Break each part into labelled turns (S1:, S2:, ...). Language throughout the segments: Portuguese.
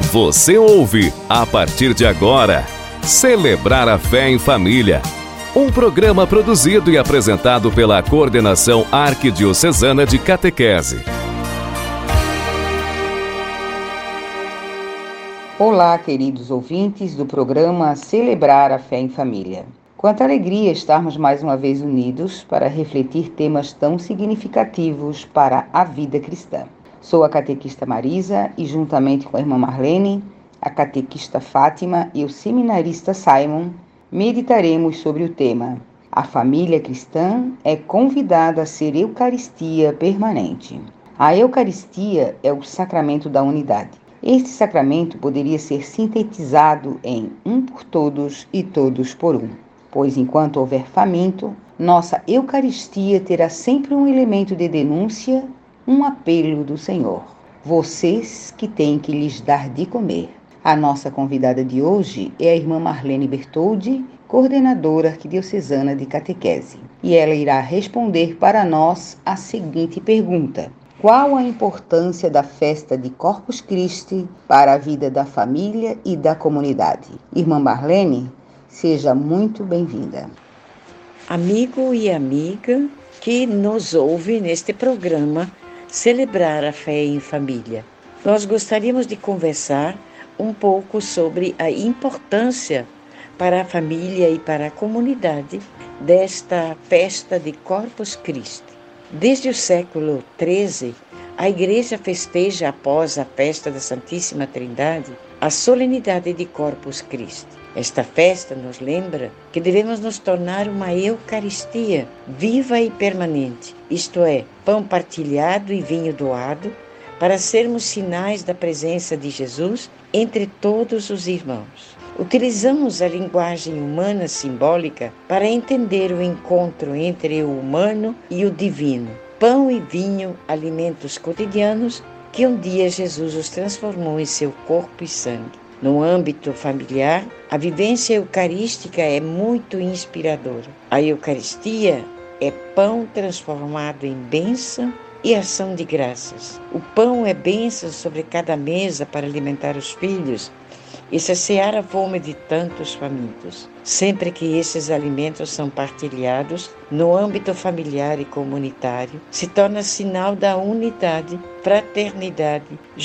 S1: Você ouve, a partir de agora, Celebrar a Fé em Família. Um programa produzido e apresentado pela Coordenação Arquidiocesana de Catequese.
S2: Olá, queridos ouvintes do programa Celebrar a Fé em Família. Quanta alegria estarmos mais uma vez unidos para refletir temas tão significativos para a vida cristã. Sou a catequista Marisa e, juntamente com a irmã Marlene, a catequista Fátima e o seminarista Simon, meditaremos sobre o tema: a família cristã é convidada a ser Eucaristia permanente. A Eucaristia é o sacramento da unidade. Este sacramento poderia ser sintetizado em um por todos e todos por um, pois enquanto houver faminto, nossa Eucaristia terá sempre um elemento de denúncia, um apelo do Senhor. Vocês que têm que lhes dar de comer. A nossa convidada de hoje é a irmã Marlene Bertoldi, coordenadora arquidiocesana de catequese. E ela irá responder para nós a seguinte pergunta: qual a importância da festa de Corpus Christi para a vida da família e da comunidade? Irmã Marlene, seja muito bem-vinda.
S3: Amigo e amiga que nos ouve neste programa Celebrar a Fé em Família. Nós gostaríamos de conversar um pouco sobre a importância para a família e para a comunidade desta festa de Corpus Christi. Desde o século XIII, a Igreja festeja, após a festa da Santíssima Trindade, a solenidade de Corpus Christi. Esta festa nos lembra que devemos nos tornar uma Eucaristia viva e permanente, isto é, pão partilhado e vinho doado, para sermos sinais da presença de Jesus entre todos os irmãos. Utilizamos a linguagem humana simbólica para entender o encontro entre o humano e o divino. Pão e vinho, alimentos cotidianos que um dia Jesus os transformou em seu corpo e sangue. No âmbito familiar, a vivência eucarística é muito inspiradora. A Eucaristia é pão transformado em bênção e ação de graças. O pão é bênção sobre cada mesa para alimentar os filhos e saciar a fome de tantos famintos. Sempre que esses alimentos são partilhados no âmbito familiar e comunitário, se torna sinal da unidade, fraternidade,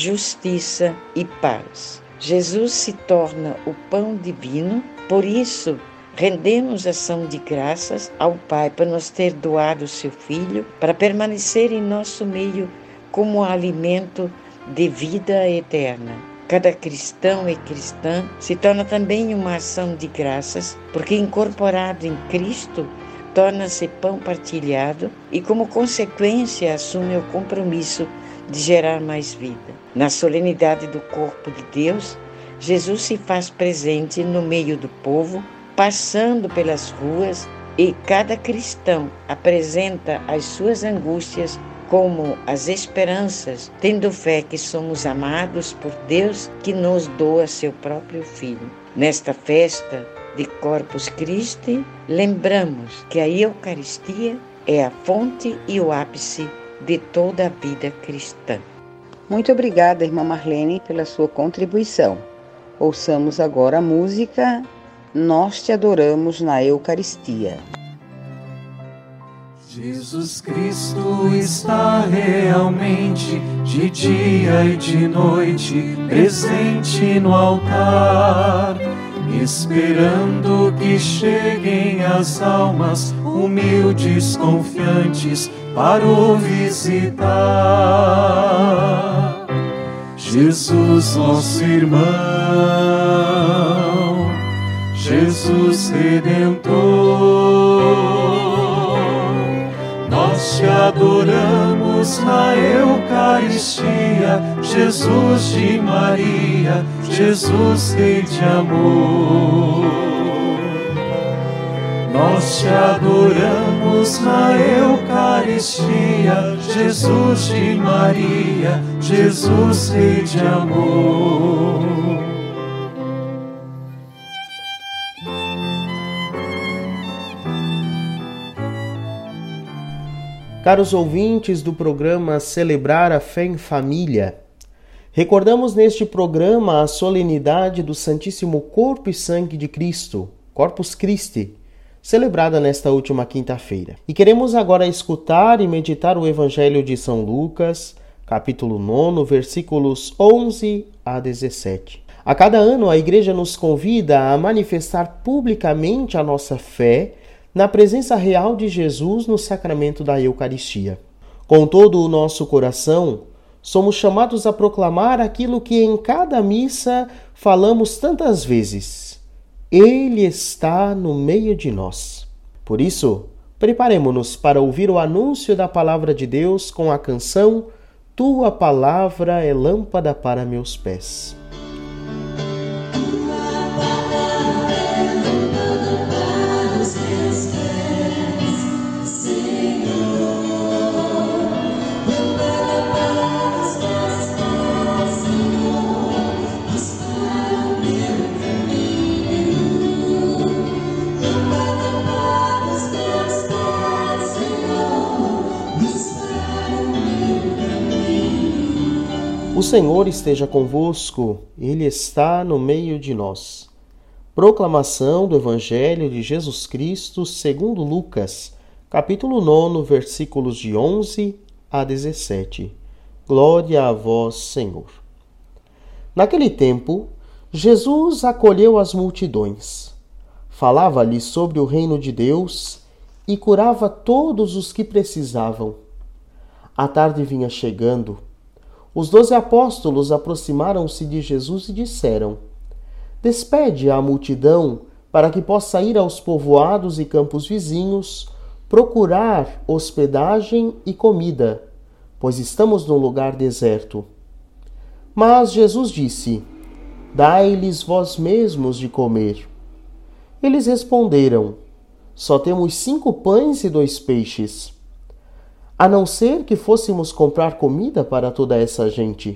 S3: justiça e paz. Jesus se torna o pão divino, por isso rendemos ação de graças ao Pai por nos ter doado o seu Filho para permanecer em nosso meio como alimento de vida eterna. Cada cristão e cristã se torna também uma ação de graças, porque incorporado em Cristo, torna-se pão partilhado e, como consequência, assume o compromisso de gerar mais vida. Na solenidade do corpo de Deus, Jesus se faz presente no meio do povo, passando pelas ruas, e cada cristão apresenta as suas angústias como as esperanças, tendo fé que somos amados por Deus, que nos doa seu próprio Filho. Nesta festa de Corpus Christi, lembramos que a Eucaristia é a fonte e o ápice de toda a vida cristã.
S2: Muito obrigada, irmã Marlene, pela sua contribuição. Ouçamos agora a música Nós Te Adoramos na Eucaristia.
S4: Jesus Cristo está realmente de dia e de noite presente no altar, esperando que cheguem as almas humildes, confiantes para o visitar. Jesus, nosso irmão, Jesus Redentor, nós te adoramos na Eucaristia, Jesus de Maria, Jesus Rei de amor. Nós te adoramos na Eucaristia, Jesus de Maria, Jesus Rei de amor.
S5: Caros ouvintes do programa Celebrar a Fé em Família, Recordamos neste programa a solenidade do Santíssimo Corpo e Sangue de Cristo, Corpus Christi, celebrada nesta última quinta-feira. E queremos agora escutar e meditar o Evangelho de São Lucas, capítulo 9, versículos 11 a 17. A cada ano, a Igreja nos convida a manifestar publicamente a nossa fé na presença real de Jesus no sacramento da Eucaristia. Com todo o nosso coração, somos chamados a proclamar aquilo que em cada missa falamos tantas vezes. Ele está no meio de nós. Por isso, preparemo-nos para ouvir o anúncio da palavra de Deus com a canção Tua Palavra é lâmpada para meus pés. O Senhor esteja convosco, Ele está no meio de nós. Proclamação do Evangelho de Jesus Cristo segundo Lucas, capítulo 9, versículos de 11 a 17. Glória a vós, Senhor. Naquele tempo, Jesus acolheu as multidões, falava-lhes sobre o reino de Deus e curava todos os que precisavam. A tarde vinha chegando. Os 12 apóstolos aproximaram-se de Jesus e disseram: Despede a multidão para que possa ir aos povoados e campos vizinhos, procurar hospedagem e comida, pois estamos num lugar deserto. Mas Jesus disse: Dai-lhes vós mesmos de comer. Eles responderam: Só temos 5 pães e 2 peixes. A não ser que fôssemos comprar comida para toda essa gente.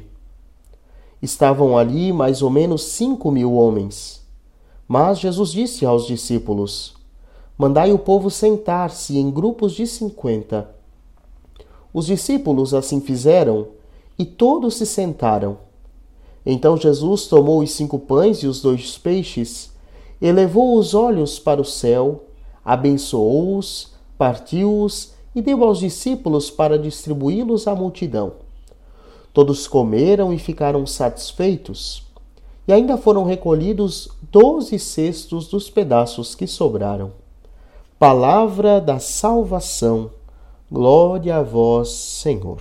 S5: Estavam ali mais ou menos 5.000 homens. Mas Jesus disse aos discípulos: Mandai o povo sentar-se em grupos de 50. Os discípulos assim fizeram, e todos se sentaram. Então Jesus tomou os 5 pães e os 2 peixes, elevou os olhos para o céu, abençoou-os, partiu-os, e deu aos discípulos para distribuí-los à multidão. Todos comeram e ficaram satisfeitos, e ainda foram recolhidos 12 cestos dos pedaços que sobraram. Palavra da salvação. Glória a vós, Senhor.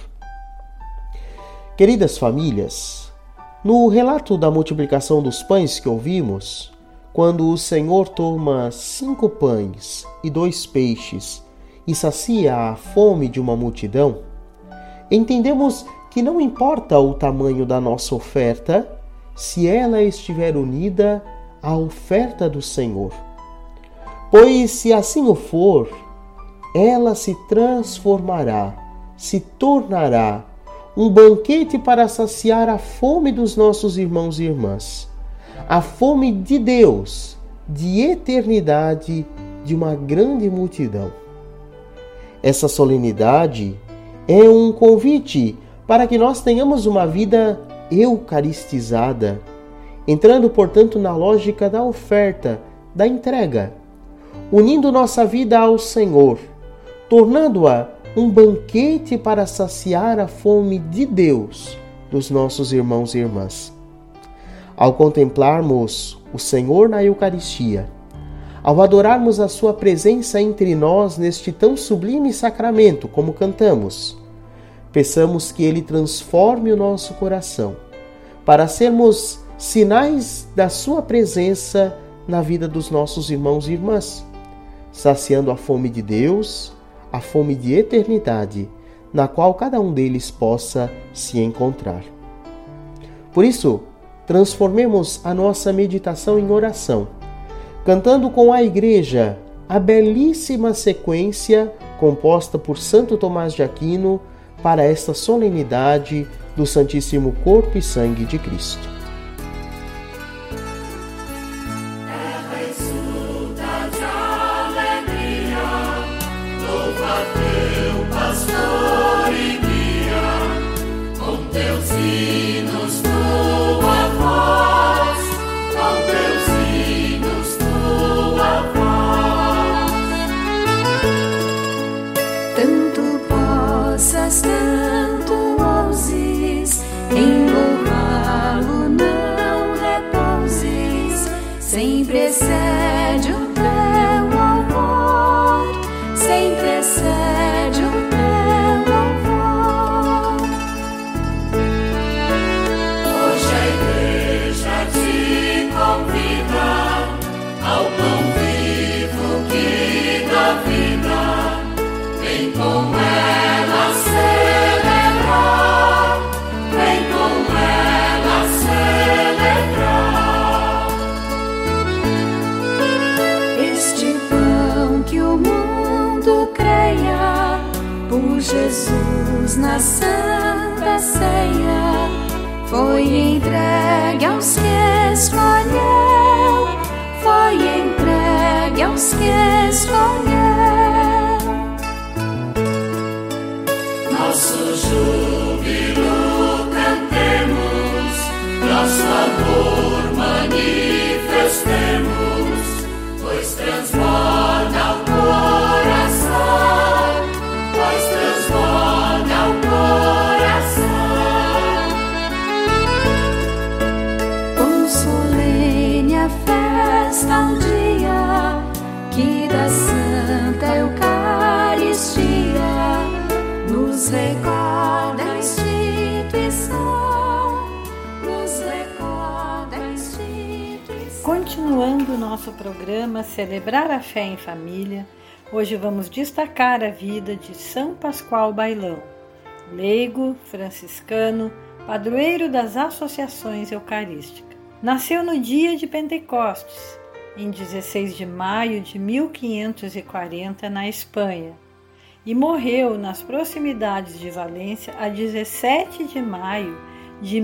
S5: Queridas famílias, no relato da multiplicação dos pães que ouvimos, quando o Senhor toma 5 pães e 2 peixes e sacia a fome de uma multidão, entendemos que não importa o tamanho da nossa oferta, se ela estiver unida à oferta do Senhor. Pois, se assim o for, ela se transformará, se tornará um banquete para saciar a fome dos nossos irmãos e irmãs, a fome de Deus, de eternidade, de uma grande multidão. Essa solenidade é um convite para que nós tenhamos uma vida eucaristizada, entrando, portanto, na lógica da oferta, da entrega, unindo nossa vida ao Senhor, tornando-a um banquete para saciar a fome de Deus dos nossos irmãos e irmãs. Ao contemplarmos o Senhor na Eucaristia, ao adorarmos a sua presença entre nós neste tão sublime sacramento, como cantamos, peçamos que Ele transforme o nosso coração, para sermos sinais da sua presença na vida dos nossos irmãos e irmãs, saciando a fome de Deus, a fome de eternidade, na qual cada um deles possa se encontrar. Por isso, transformemos a nossa meditação em oração, cantando com a Igreja a belíssima sequência composta por Santo Tomás de Aquino para esta solenidade do Santíssimo Corpo e Sangue de Cristo.
S4: Pastor e guia, com teus hinos
S6: aos que escolheu, foi entregue aos que escolheu.
S4: Nosso júbilo cantemos, nosso amor manifestemos, pois transborda o coração, pois transborda o coração.
S6: Com solene a festa um dia que da Santa Eucaristia nos recorda a instituição, nos recorda a instituição.
S7: Continuando o nosso programa Celebrar a Fé em Família, hoje vamos destacar a vida de São Pascoal Bailão, leigo, franciscano, padroeiro das associações eucarísticas. Nasceu no dia de Pentecostes, em 16 de maio de 1540, na Espanha, e morreu nas proximidades de Valência a 17 de maio de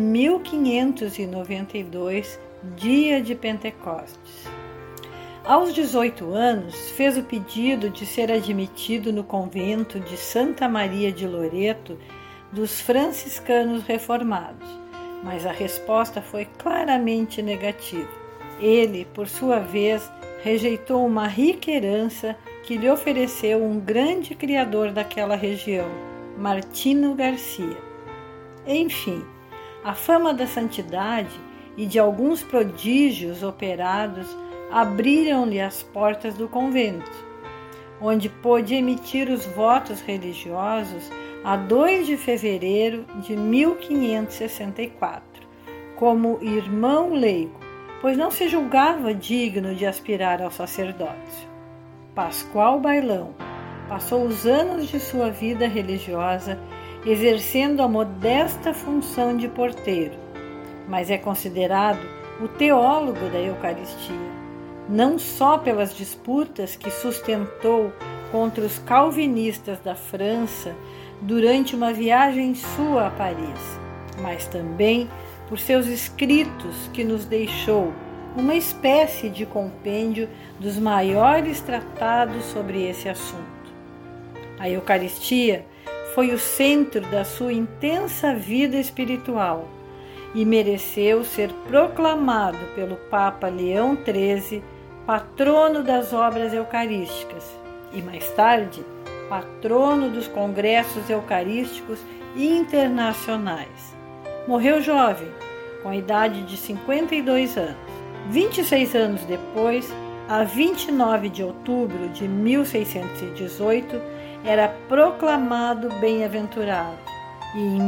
S7: 1592, dia de Pentecostes. Aos 18 anos, fez o pedido de ser admitido no convento de Santa Maria de Loreto dos franciscanos reformados, mas a resposta foi claramente negativa. Ele, por sua vez, rejeitou uma rica herança que lhe ofereceu um grande criador daquela região, Martino Garcia. Enfim, a fama da santidade e de alguns prodígios operados abriram-lhe as portas do convento, onde pôde emitir os votos religiosos a 2 de fevereiro de 1564, como irmão leigo, pois não se julgava digno de aspirar ao sacerdócio. Pascoal Bailão passou os anos de sua vida religiosa exercendo a modesta função de porteiro, mas é considerado o teólogo da Eucaristia, não só pelas disputas que sustentou contra os calvinistas da França durante uma viagem sua a Paris, mas também por seus escritos que nos deixou uma espécie de compêndio dos maiores tratados sobre esse assunto. A Eucaristia foi o centro da sua intensa vida espiritual e mereceu ser proclamado pelo Papa Leão XIII patrono das obras eucarísticas e, mais tarde, patrono dos congressos eucarísticos internacionais. Morreu jovem, com a idade de 52 anos. 26 anos depois, a 29 de outubro de 1618, era proclamado bem-aventurado e em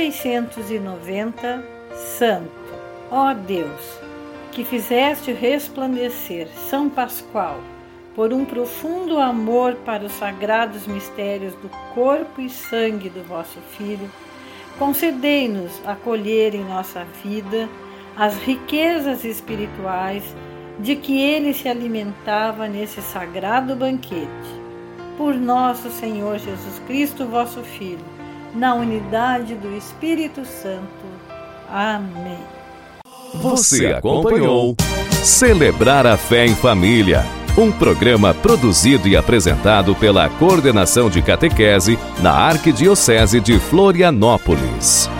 S7: 1690, santo. Ó Deus, que fizeste resplandecer São Pascoal por um profundo amor para os sagrados mistérios do corpo e sangue do vosso Filho, concedei-nos acolher em nossa vida as riquezas espirituais de que ele se alimentava nesse sagrado banquete. Por nosso Senhor Jesus Cristo, vosso Filho, na unidade do Espírito Santo. Amém.
S1: Você acompanhou Celebrar a Fé em Família, um programa produzido e apresentado pela Coordenação de Catequese na Arquidiocese de Florianópolis.